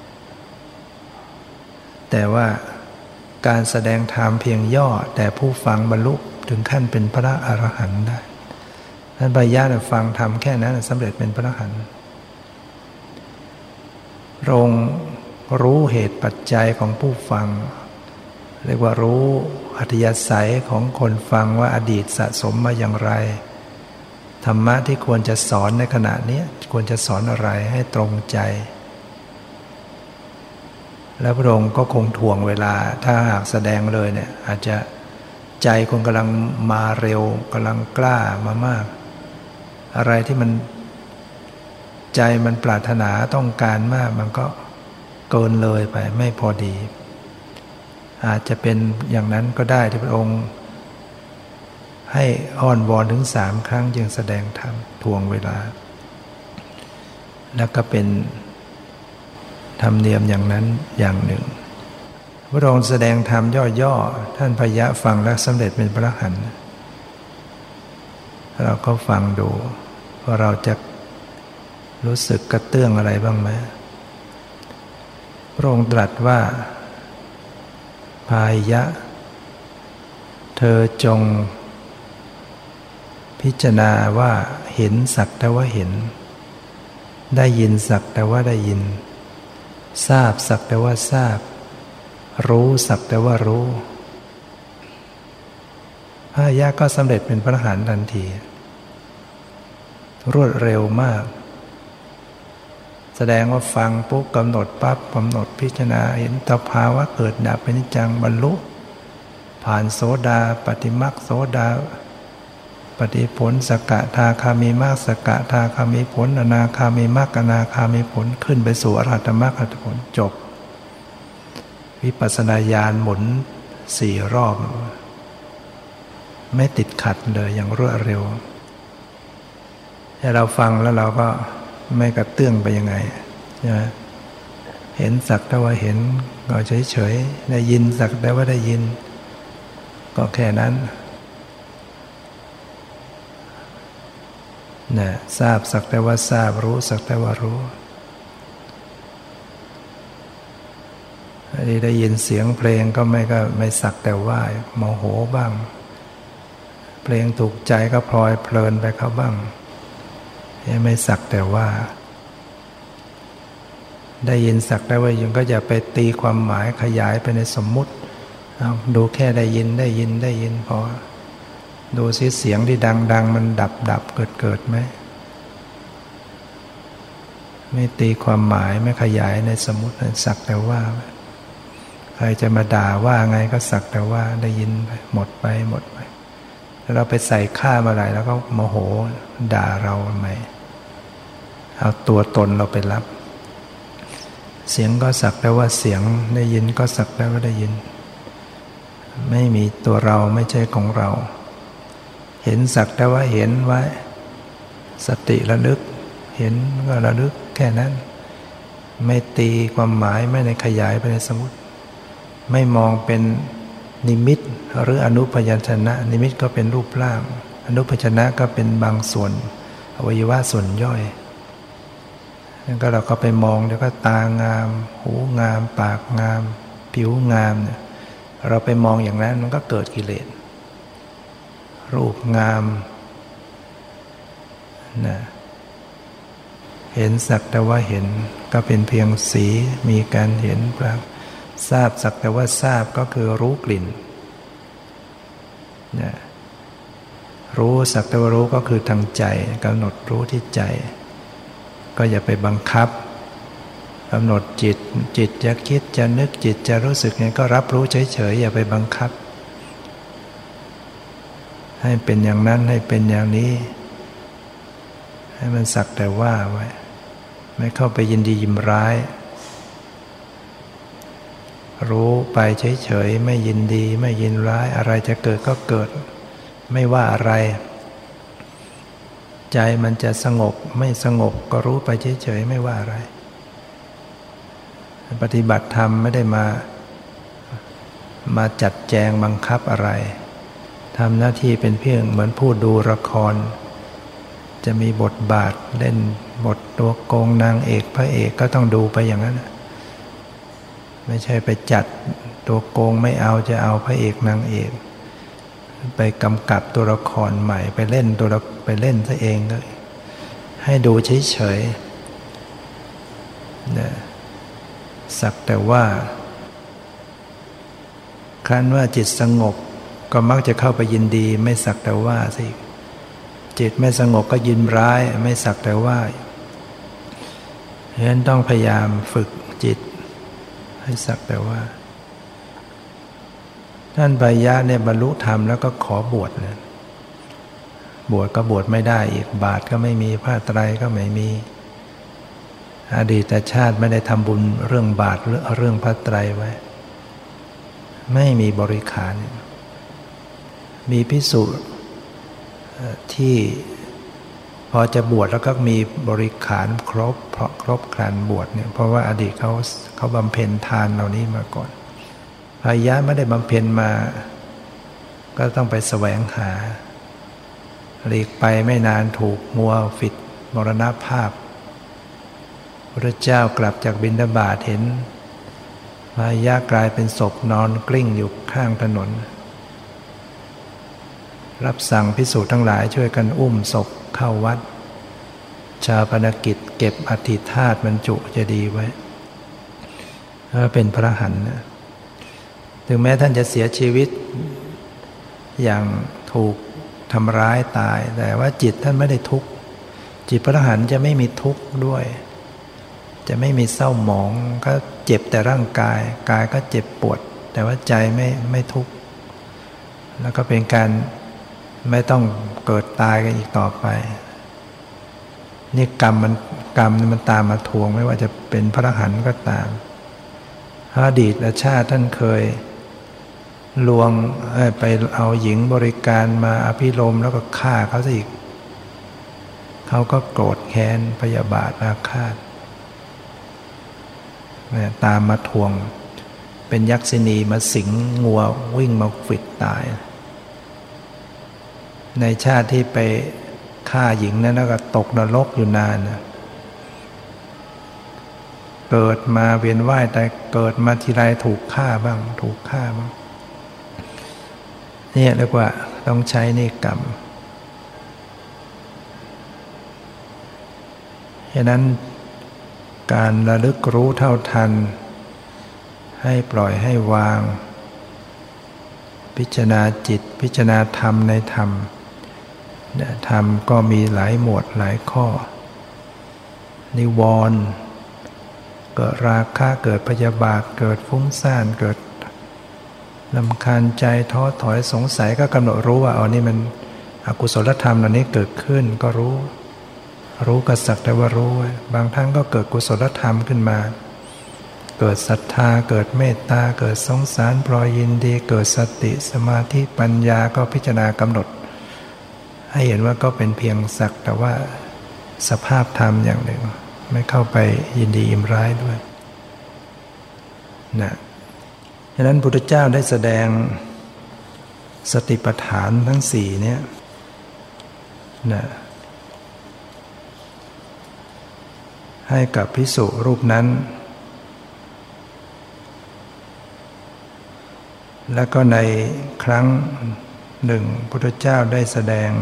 แต่ว่าการแสดงธรรมเพียงย่อแต่ผู้ฟังบรรลุถึงขั้นเป็นพระอรหันต์ได้ท่านพญาเนี่ยฟังธรรมแค่นั้นสำเร็จเป็นพระอรหันต์พระองค์รู้เหตุปัจจัยของผู้ฟังเรียกว่ารู้อัธยาศัยของคนฟังว่าอดีตสะสมมาอย่างไรธรรมะที่ควรจะสอนในขณะนี้ควรจะสอนอะไรให้ตรงใจแล้วพระองค์ก็คงถ่วงเวลาถ้าหากแสดงเลยเนี่ยอาจจะใจคนกำลังมาเร็วกำลังกล้ามามากอะไรที่มันใจมันปรารถนาต้องการมากมันก็เกินเลยไปไม่พอดีอาจจะเป็นอย่างนั้นก็ได้ที่พระองค์ให้อ้อนวอนถึงสามครั้งจึงแสดงธรรมทวงเวลาแล้วก็เป็นธรรมเนียมอย่างนั้นอย่างหนึ่งพระองค์แสดงธรรมย่อๆท่านพญาฟังแล้วสำเร็จเป็นพระอรหันต์เราก็ฟังดูว่าเราจะรู้สึกกระเตื้องอะไรบ้างไหมพระองค์ตรัสว่าพายะเธอจงพิจารณาว่าเห็นสักแต่ว่าเห็นได้ยินสักแต่ว่าได้ยินทราบสักแต่ว่าทราบรู้สักแต่ว่ารู้พายะก็สำเร็จเป็นพระอรหันต์ทันทีรวดเร็วมากแสดงว่าฟังปุ๊บกำหนดปั๊บกำหนดพิจารณาเห็นสภาวะเกิดดับเป็นนิจจังบรรลุผ่านโสดาปฏิมรรคโสดาปฏิผลสกทาคามีมรรคสกทาคามีผลอนาคามีมรรคอนาคามีผลขึ้นไปสู่อรหัตมรรคอรหัตผลจบวิปัสสนาญาณหมุนสี่รอบไม่ติดขัดเลยอย่างรวดเร็วให้เราฟังแล้วเราก็ไม่กระเตื้องไปยังไงใช่ไหมเห็นสักแต่ว่าเห็นก็เฉยๆได้ยินสักแต่ว่าได้ยินก็แค่นั้นนะทราบสักแต่ว่าทราบรู้สักแต่ว่ารู้ได้ยินเสียงเพลงก็ไม่ก็ไม่สักแต่ว่าโมโหบ้างเพลงถูกใจก็พลอยเพลินไปเขาบ้างไม่สักแต่ว่าได้ยินสักแต่ว่ายังก็อย่าไปตีความหมายขยายไปในสมมุติเอาดูแค่ได้ยินได้ยินได้ยินพอดูซิเสียงที่ดังๆมันดับดับเกิดเกิดไหมไม่ตีความหมายไม่ขยายในสมมุติสักแต่ว่าใครจะมาด่าว่าไงก็สักแต่ว่าได้ยินไปหมดไปหมดไปแล้วเราไปใส่ค่ามาอะไรแล้วก็โมโหด่าเราทำไมเอาตัวตนเราไปรับเสียงก็สักแต่ว่าเสียงได้ยินก็สักแต่ว่าได้ยินไม่มีตัวเราไม่ใช่ของเราเห็นสักแต่ว่าเห็นไว้สติระลึกเห็นก็ระลึกแค่นั้นไม่ตีความหมายไม่ในขยายไปในสมมุติไม่มองเป็นนิมิตหรืออนุพยัญชนะนิมิตก็เป็นรูปร่างอนุพยัญชนะก็เป็นบางส่วนอวัยวะส่วนย่อยนั่นก็เราก็ไปมองแล้วก็ตางามหูงามปากงามผิวงามเนี่ยเราไปมองอย่างนั้นมันก็เกิดกิเลสรูปงามนะเห็นสักแต่ว่าเห็นก็เป็นเพียงสีมีการเห็นปรากทราบสักแต่ว่าทราบก็คือรู้กลิ่นนะรู้สักแต่ว่ารู้ก็คือทางใจกำหนดรู้ที่ใจก็อย่าไปบังคับกำหนดจิตจิตจะคิดจะนึกจิตจะรู้สึกไงก็รับรู้เฉยๆอย่าไปบังคับให้เป็นอย่างนั้นให้เป็นอย่างนี้ให้มันสักแต่ว่าไว้ไม่เข้าไปยินดียินร้ายรู้ไปเฉยๆไม่ยินดีไม่ยินร้ายอะไรจะเกิดก็เกิดไม่ว่าอะไรใจมันจะสงบไม่สงบก็รู้ไปเฉยๆไม่ว่าอะไรปฏิบัติธรรมไม่ได้มามาจัดแจงบังคับอะไรทำหน้าที่เป็นเพียงเหมือนผู้ดูละครจะมีบทบาทเล่นบทตัวโกงนางเอกพระเอกก็ต้องดูไปอย่างนั้นไม่ใช่ไปจัดตัวโกงไม่เอาจะเอาพระเอกนางเอกไปกำกับตัวละครใหม่ไปเล่นตัวไปเล่นซะเองก็ให้ดูเฉยๆนะสักแต่ว่าครั้นว่าจิตสงบก็มักจะเข้าไปยินดีไม่สักแต่ว่าสิจิตไม่สงบก็ยินร้ายไม่สักแต่ว่าฉะนั้นต้องพยายามฝึกจิตให้สักแต่ว่าท่านปายะเนี่ยบรรลุธรรมแล้วก็ขอบวชนะบวชก็บวชไม่ได้อีกบาตรก็ไม่มีผ้าไตรก็ไม่มีอดีตชาติไม่ได้ทำบุญเรื่องบาตรเรื่องผ้าไตรไว้ไม่มีบริขารมีภิกษุที่พอจะบวชแล้วก็มีบริขารครบเพราะครบครันบวชเนี่ยเพราะว่าอดีตเขาเขาบำเพ็ญทานเหล่านี้มาก่อนพายะไม่ได้บำเพ็ญมาก็ต้องไปแสวงหาหลีกไปไม่นานถูกงัวฝิดมรณภาพพระเจ้ากลับจากบิณฑบาตเห็นพายะกลายเป็นศพนอนกลิ้งอยู่ข้างถนนรับสั่งภิกษุทั้งหลายช่วยกันอุ้มศพเข้าวัดชาปนกิจเก็บอธิธาตุบรรจุเจดีย์ไว้แล้วเป็นพระอรหันต์ถึงแม้ท่านจะเสียชีวิตอย่างถูกทำร้ายตายแต่ว่าจิตท่านไม่ได้ทุกข์จิตพระอรหันต์จะไม่มีทุกข์ด้วยจะไม่มีเศร้าหมองก็เจ็บแต่ร่างกายกายก็เจ็บปวดแต่ว่าใจไม่ไม่ทุกข์แล้วก็เป็นการไม่ต้องเกิดตายกันอีกต่อไปนี่กรรมมันกรรมมันตามมาทวงไม่ว่าจะเป็นพระอรหันต์ก็ตามอดีตชาติท่านเคยลวงไปเอาหญิงบริการมาอภิรมย์แล้วก็ฆ่าเขาซะอีกเขาก็โกรธแค้นพยาบาทอาฆาตตามมาทวงเป็นยักษินีมาสิงงัววิ่งมาฝิดตายในชาติที่ไปฆ่าหญิงนั้นแล้วก็ตกนรกอยู่นานนะเกิดมาเวียนว่ายแต่เกิดมาทีไรถูกฆ่าบ้างถูกฆ่าบ้างนี่เรียกว่าต้องใช้เนกกรรมฉะนั้นการระลึกรู้เท่าทันให้ปล่อยให้วางพิจารณาจิตพิจารณาธรรมในธรรมธรรมก็มีหลายหมวดหลายข้อนิวรณ์เกิดราคะเกิดพยาบาทเกิดฟุ้งซ่านเกิดรำคาญใจท้อถอยสงสัยก็กำหนดรู้ว่าอ๋อนี่มันอกุศลธรรมเหล่านี้เกิดขึ้นก็รู้รู้ก็สักแต่ว่ารู้บางท่านก็เกิดกุศลธรรมขึ้นมาเกิดศรัทธาเกิดเมตตาเกิดสงสารปล่อยยินดีเกิดสติสมาธิปัญญาก็พิจารณากำหนดให้เห็นว่าก็เป็นเพียงสักแต่ว่าสภาพธรรมอย่างหนึ่งไม่เข้าไปยินดียินร้ายด้วยนะฉะนั้นพุทธเจ้าได้แสดงสติปัฏฐานทั้งสี่เนี่ยนะให้กับภิกษุรูปนั้นแล้วก็ในครั้งหนึ่งพุทธเจ้าได้แสดง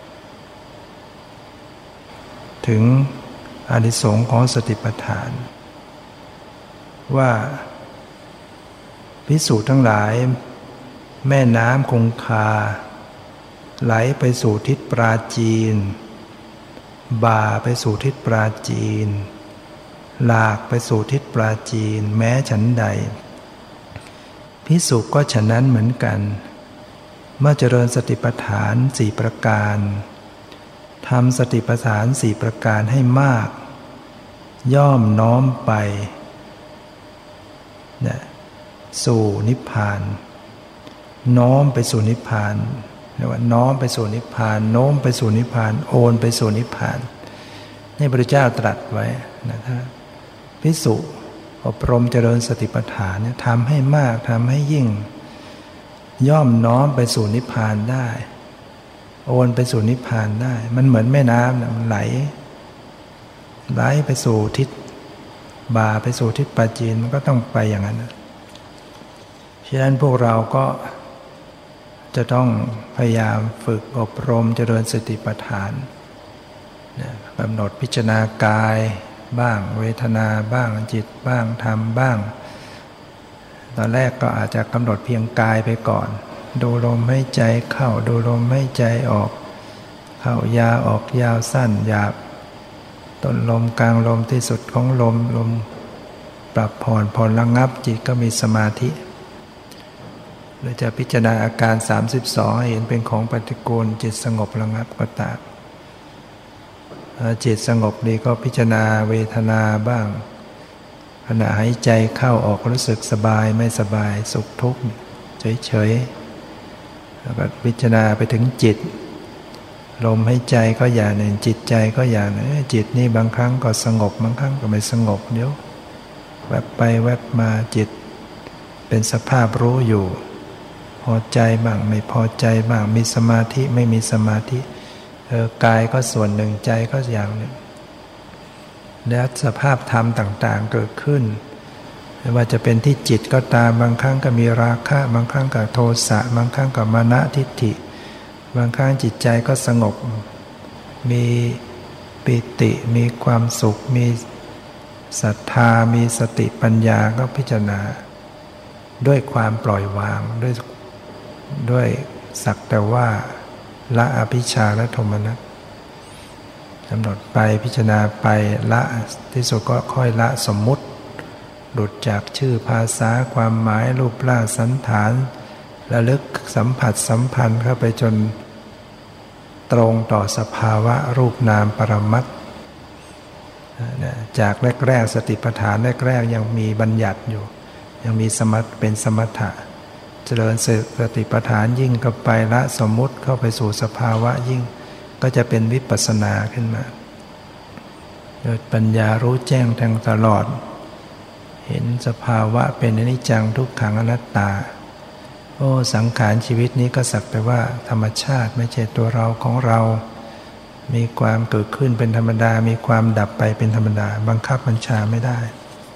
ถึงอานิสงส์ของสติปัฏฐานว่าภิกษุทั้งหลายแม่น้ำคงคาไหลไปสู่ทิศปราจีนบ่าไปสู่ทิศปราจีนหลากไปสู่ทิศปราจีนแม้ฉันใดภิกษุก็ฉะนั้นเหมือนกันเมื่อเจริญสติปัฏฐานสี่ประการทำสติปัฏฐานสี่ประการให้มากย่อมน้อมไปนะสู่นิพพานน้อมไปสู่นิพพานเรียกว่าน้อมไปสู่นิพพานโน้มไปสู่นิพพานโอนไปสู่นิพพานนี่พระพุทธเจ้าตรัสไว้นะถ้าภิกษุอบรมเจริญสติปัฏฐานเนี่ยทำให้มากทำให้ยิ่งย่อมน้อมไปสู่นิพพานได้โอนไปสู่นิพพานได้มันเหมือนแม่น้ำนะมันไหลไหลไปสู่ทิศบ่าไปสู่ทิศปราจีนมันก็ต้องไปอย่างนั้นนะฉะนั้นพวกเราก็จะต้องพยายามฝึกอบรมเจริญสติปัฏฐานกำหนดพิจารณากายบ้างเวทนาบ้างจิตบ้างธรรมบ้างตอนแรกก็อาจจะกำหนดเพียงกายไปก่อนดูลมให้ใจเข้าดูลมให้ใจออกเข้ายาวออกยาวสั้นหยาบต้นลมกลางลมที่สุดของลมลมปรับผ่อนผ่อนระงับจิตก็มีสมาธิหรือจะพิจารณาอาการสามสิบสองให้เห็นเป็นของปฏิกูลจิตสงบระงับก็ตามจิตสงบดีก็พิจารณาเวทนาบ้างขณะหายใจเข้าออกรู้สึกสบายไม่สบายสุขทุกข์เฉยๆแล้วก็พิจารณาไปถึงจิตลมหายใจก็อย่างหนึ่งจิตใจก็อย่างหนึ่งจิตนี่บางครั้งก็สงบบางครั้งก็ไม่สงบเดี๋ยวแวบไปแวบมาจิตเป็นสภาพรู้อยู่พอใจบ้างไม่พอใจบ้างมีสมาธิไม่มีสมาธิเออกายก็ส่วนหนึ่งใจก็อย่างหนึ่งและสภาพธรรมต่างๆเกิดขึ้นไม่ว่าจะเป็นที่จิตก็ตามบางครั้งก็มีราคะบางครั้งก็โทสะบางครั้งก็มานะทิฏฐิบางครั้งจิตใจก็สงบมีปิติมีความสุขมีศรัทธามีสติปัญญาก็พิจารณาด้วยความปล่อยวางด้วยด้วยสักแต่ว่าละอภิชฌาและโทมนัสกำหนดไปพิจารณาไปละที่สุดก็ค่อยละสมมุติหลุดจากชื่อภาษาความหมายรูปร่างสันฐานระลึกสัมผัสสัมพันธ์เข้าไปจนตรงต่อสภาวะรูปนามปรมัตถ์จากแรกๆสติปัฏฐานแรกๆยังมีบัญญัติอยู่ยังมีสมถเป็นสมถะเจริญสติปัฏฐานยิ่งเข้าไปละสมมุติเข้าไปสู่สภาวะยิ่งก็จะเป็นวิปัสสนาขึ้นมาเกิดปัญญารู้แจ้งแทงตลอดเห็นสภาวะเป็นอนิจจังทุกขังอนัตตาโอ้สังขารชีวิตนี้ก็สักแต่ว่าธรรมชาติไม่ใช่ตัวเราของเรามีความเกิดขึ้นเป็นธรรมดามีความดับไปเป็นธรรมดาบังคับบัญชาไม่ได้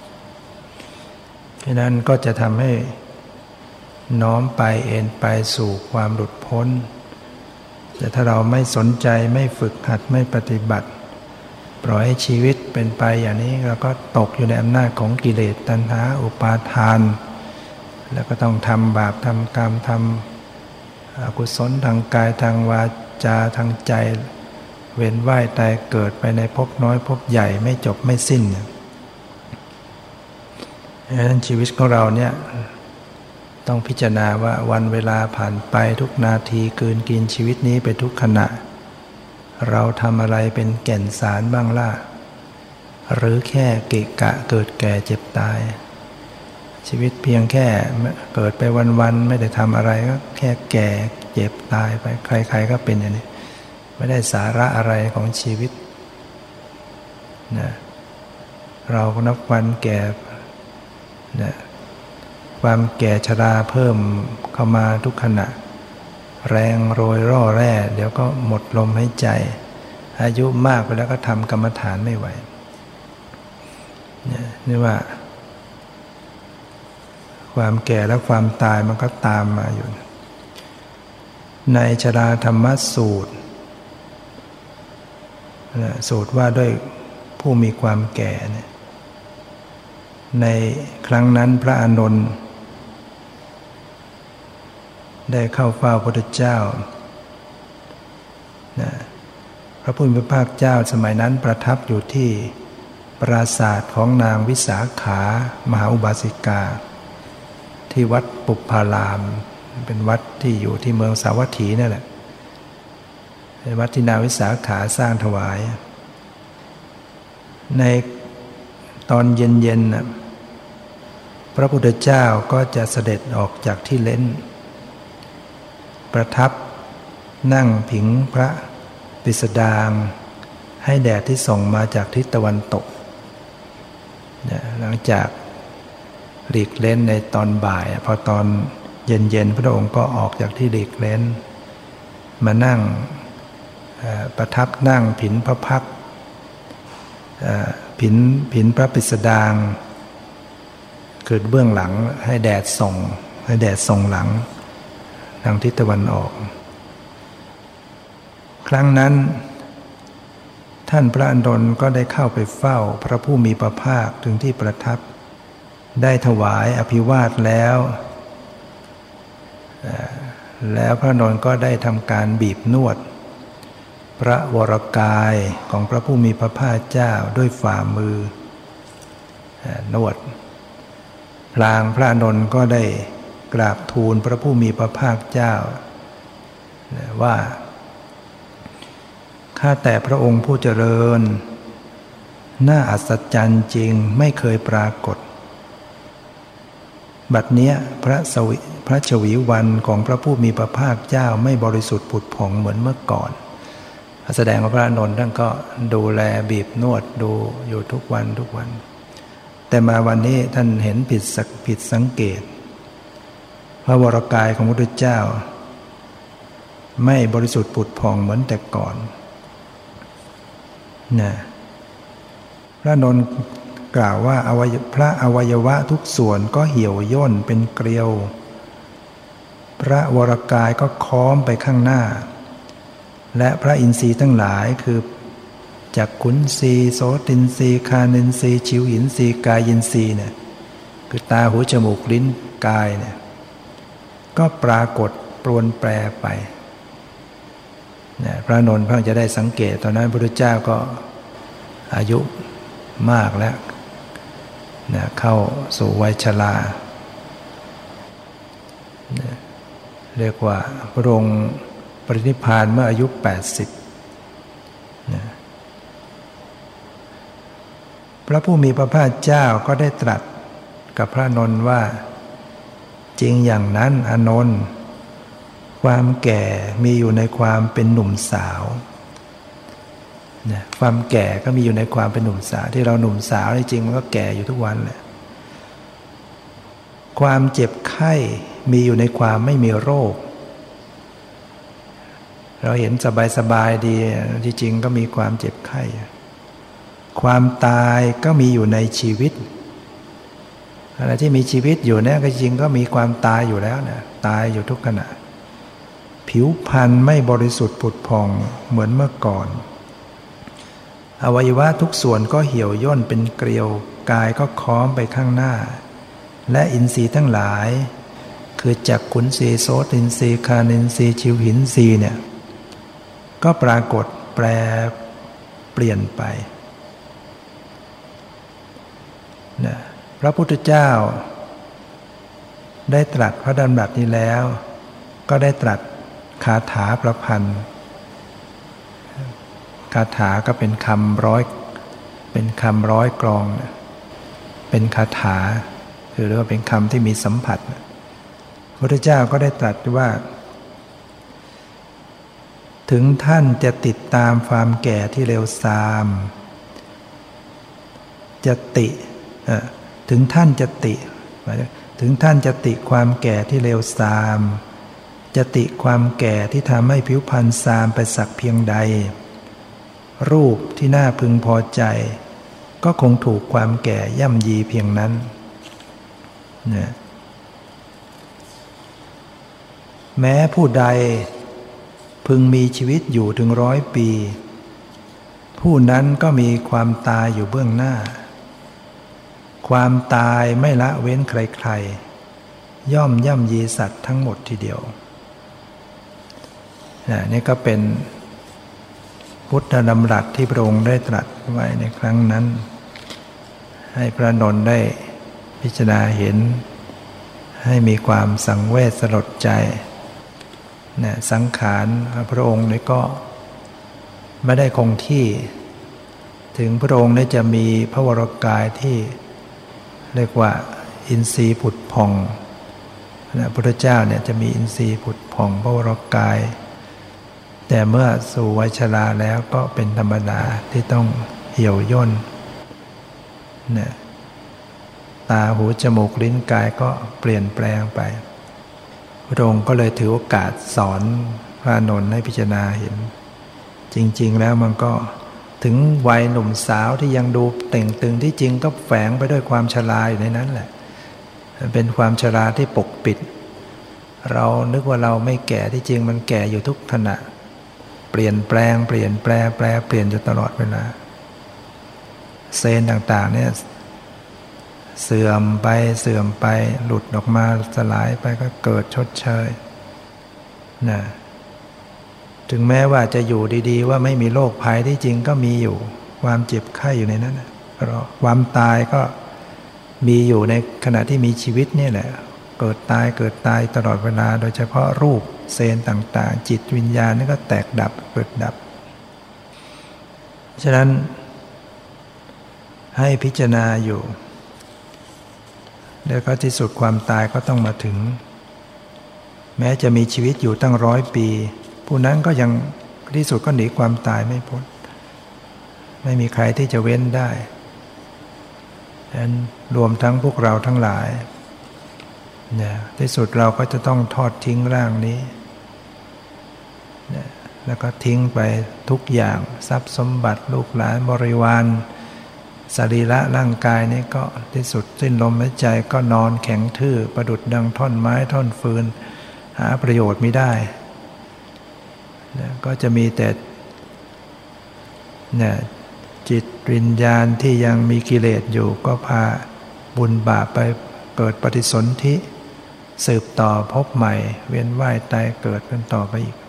ฉะนั้นก็จะทำให้น้อมไปเอ็นไปสู่ความหลุดพ้นแต่ถ้าเราไม่สนใจไม่ฝึกหัดไม่ปฏิบัติปล่อยให้ชีวิตเป็นไปอย่างนี้เราก็ตกอยู่ในอำนาจของกิเลสตัณหาอุปาทานแล้วก็ต้องทำบาปทำกรรมทำอกุศลทางกายทางวาจาทางใจเวียนว่ายตายเกิดไปในภพน้อยภพใหญ่ไม่จบไม่สิ้นดังนั้นชีวิตของเราเนี่ยต้องพิจารณาว่าวันเวลาผ่านไปทุกนาทีกลืนกินชีวิตนี้ไปทุกขณะเราทำอะไรเป็นแก่นสารบ้างล่ะหรือแค่เกะกะเกิดแก่เจ็บตายชีวิตเพียงแค่เกิดไปวันๆไม่ได้ทำอะไรก็แค่แก่เจ็บตายไปใครๆก็เป็นอย่างนี้ไม่ได้สาระอะไรของชีวิตนะเราก็นับวันแก่นะความแก่ชราเพิ่มเข้ามาทุกขณะแรงโรยร่อแร่เดี๋ยวก็หมดลมหายใจอายุมากไปแล้วก็ทำกรรมฐานไม่ไหวนี่ว่าความแก่และความตายมันก็ตามมาอยู่ในชราธรรมสูตรสูตรว่าด้วยผู้มีความแก่เนี่ยในครั้งนั้นพระอานนท์ได้เข้าเฝ้าพระพุทธเจ้านะพระผู้มีพระภาคเจ้าสมัยนั้นประทับอยู่ที่ปราสาทของนางวิสาขามหาอุบาสิกาที่วัดปุปพารามเป็นวัดที่อยู่ที่เมืองสาวัตถีนั่นแหละเป็นวัดที่นางวิสาขาสร้างถวายในตอนเย็นๆนะพระพุทธเจ้าก็จะเสด็จออกจากที่เล้นประทับนั่งผิงพระปิสดางให้แดดที่ส่องมาจากทิศตะวันตกหลังจากหลีกเล้นในตอนบ่ายพอตอนเย็นๆพระองค์ก็ออกจากที่หลีกเล้นมานั่งประทับนั่งผินพระพักตร์ผินผินพระปิสดางคือเบื้องหลังให้แดดส่องให้แดดส่องหลังทางทิศตะวันออกครั้งนั้นท่านพระอานนท์ก็ได้เข้าไปเฝ้าพระผู้มีพระภาคถึงที่ประทับได้ถวายอภิวาทแล้วแล้วพระอานนท์ก็ได้ทำการบีบนวดพระวรกายของพระผู้มีพระภาคเจ้าด้วยฝ่ามือนวดพลางพระอานนท์ก็ได้กราบทูลพระผู้มีพระภาคเจ้าว่าข้าแต่พระองค์ผู้เจริญน่าอัศจรรย์จริงไม่เคยปรากฏบัดเนี้ยพระสวิพระชวีวันของพระผู้มีพระภาคเจ้าไม่บริสุทธิ์ผุดผ่องเหมือนเมื่อก่อนแสดงว่าพระอานนท์ท่านก็ดูแลบีบนวดดูอยู่ทุกวันทุกวันแต่มาวันนี้ท่านเห็นผิดสักผิดสังเกตพระวรกายของพระพุทธเจ้าไม่บริสุทธิ์ผุดผ่องเหมือนแต่ก่อนนะพระอานนท์กล่าวว่าอวัยพระอวัยวะทุกส่วนก็เหี่ยวย่นเป็นเกลียวพระวรกายก็ค้อมไปข้างหน้าและพระอินทรีย์ทั้งหลายคือจักขุนทรีย์โสตินทรีย์คานินทรีย์ชิวหินทรีย์กายินทรีย์เนี่ยคือตาหูจมูกลิ้นกายเนี่ยก็ปรากฏปรวนแปรไปเนี่ยพระอานนท์เพิ่งจะได้สังเกตตอนนั้นพระพุทธเจ้าก็อายุมากแล้วเนี่ยเข้าสู่วัยชราเนี่ยเรียกว่าพระองค์ปรินิพพานเมื่ออายุแปดสิบนะพระผู้มีพระภาคเจ้าก็ได้ตรัสกับพระอานนท์ว่าจริงอย่างนั้นอานนท์ความแก่มีอยู่ในความเป็นหนุ่มสาวนะความแก่ก็มีอยู่ในความเป็นหนุ่มสาวที่เราหนุ่มสาวจริงมันก็แก่อยู่ทุกวันแหละความเจ็บไข้มีอยู่ในความไม่มีโรคเราเห็นสบายๆดีที่จริงก็มีความเจ็บไข้ความตายก็มีอยู่ในชีวิตอะไรที่มีชีวิตอยู่เนี่ยก็จริงก็มีความตายอยู่แล้วนะตายอยู่ทุกขณะผิวพรรณไม่บริสุทธิ์ผุดผ่องเหมือนเมื่อก่อนอวัยวะทุกส่วนก็เหี่ยวย่นเป็นเกลียวกายก็ค้อมไปข้างหน้าและอินทรีย์ทั้งหลายคือจักขุนทรีย์โสตินทรีย์คานินทรีย์ชิวหินทรีย์เนี่ยก็ปรากฏแปรเปลี่ยนไปนะพระพุทธเจ้าได้ตรัสพระดำรัสนี้แล้วก็ได้ตรัสคาถาประพันธ์คาถาก็เป็นคำร้อยเป็นคำร้อยกลองเป็นคาถาคือเรียกว่าเป็นคำที่มีสัมผัสพระพุทธเจ้าก็ได้ตรัสว่าถึงท่านจะติดตามความแก่ที่เร็วทรามจะติถึงท่านจะติถึงท่านจะติความแก่ที่เร็วทรามจะติความแก่ที่ทำให้ผิวพรรณทรามไปสักเพียงใดรูปที่น่าพึงพอใจก็คงถูกความแก่ย่ำยีเพียงนั้นเนี่ยแม้ผู้ใดพึงมีชีวิตอยู่ถึงร้อยปีผู้นั้นก็มีความตายอยู่เบื้องหน้าความตายไม่ละเว้นใครๆย่อมย่ำยีสัตว์ทั้งหมดทีเดียวนี่ก็เป็นพุทธดำรัสที่พระองค์ได้ตรัสไว้ในครั้งนั้นให้พระอานนท์ได้พิจารณาเห็นให้มีความสังเวชสลดใจนะสังขารพระองค์นี่ก็ไม่ได้คงที่ถึงพระองค์ได้จะมีพระวรกายที่เรียกว่าอินทรีย์ผุดผ่องนะพระพุทธเจ้าเนี่ยจะมีอินทรีย์ผุดผ่องพระวรกายแต่เมื่อสู่วัยชราแล้วก็เป็นธรรมดาที่ต้องเหี่ยวย่นนะตาหูจมูกลิ้นกายก็เปลี่ยนแปลงไปพระองค์ก็เลยถือโอกาสสอนพระอานนท์ให้พิจารณาเห็นจริงๆแล้วมันก็ถึงวัยหนุ่มสาวที่ยังดูเต่งตึงที่จริงก็แฝงไปด้วยความชราอยู่ในนั้นแหละเป็นความชราที่ปกปิดเรานึกว่าเราไม่แก่ที่จริงมันแก่อยู่ทุกขณะเปลี่ยนแปลงเปลี่ยนแปลแปลเปลี่ยนอยู่ตลอดเวลาเซลล์ต่างๆเนี่ยเสื่อมไปเสื่อมไปหลุดออกมาสลายไปก็เกิดชดเชยนะถึงแม้ว่าจะอยู่ดีๆว่าไม่มีโรคภัยที่จริงก็มีอยู่ความเจ็บไข้อยู่ในนั้นเพราะความตายก็มีอยู่ในขณะที่มีชีวิตนี่แหละเกิดตายเกิดตายตลอดเวลาโดยเฉพาะรูปเซลล์ต่างๆจิตวิญญาณนี่ก็แตกดับเกิดดับฉะนั้นให้พิจารณาอยู่แล้วก็ที่สุดความตายก็ต้องมาถึงแม้จะมีชีวิตอยู่ตั้งร้อยปีผู้นั้นก็ยังที่สุดก็หนีความตายไม่พ้นไม่มีใครที่จะเว้นได้ฉะนั้นรวมทั้งพวกเราทั้งหลายเนี่ยที่สุดเราก็จะต้องทอดทิ้งร่างนี้เนี่ยแล้วก็ทิ้งไปทุกอย่างทรัพย์สมบัติลูกหลานบริวารสรีระร่างกายนี้ก็ที่สุดสิ้นลมหายใจก็นอนแข็งทื่อประดุจดังท่อนไม้ท่อนฟืนหาประโยชน์ไม่ได้ก็จะมีแต่เนี่ยจิตวิญญาณที่ยังมีกิเลสอยู่ก็พาบุญบาปไปเกิดปฏิสนธิสืบต่อพบใหม่เวียนว่ายตายเกิดกันต่อไปอีก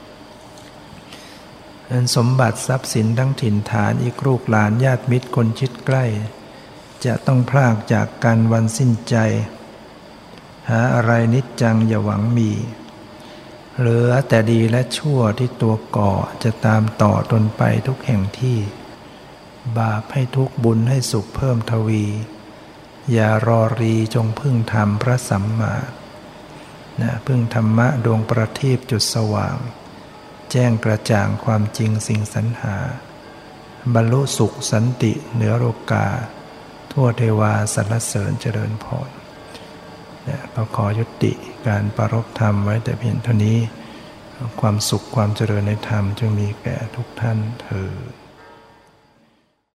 สมบัติทรัพย์สินทั้งถิ่นฐานอีกลูกหลานญาติมิตรคนชิดใกล้จะต้องพรากจากกันวันสิ้นใจหาอะไรนิจจังอย่าหวังมีเหลือแต่ดีและชั่วที่ตัวก่อจะตามต่อตนไปทุกแห่งที่บาปให้ทุกบุญให้สุขเพิ่มทวีอย่ารอรีจงพึ่งธรรมพระสัมมานะพึ่งธรรมะดวงประทีปจุดสว่างแจ้งกระจ่างความจริงสิ่งสรรหาบรรลุสุขสันติเหนือโลกาทั่วเทวาสรรเสริญเจริญพรเนี่ยก็ขอยุติการปรารภธรรมไว้แต่เพียงเท่านี้ความสุขความเจริญในธรรมจงมีแก่ทุกท่านเทอญ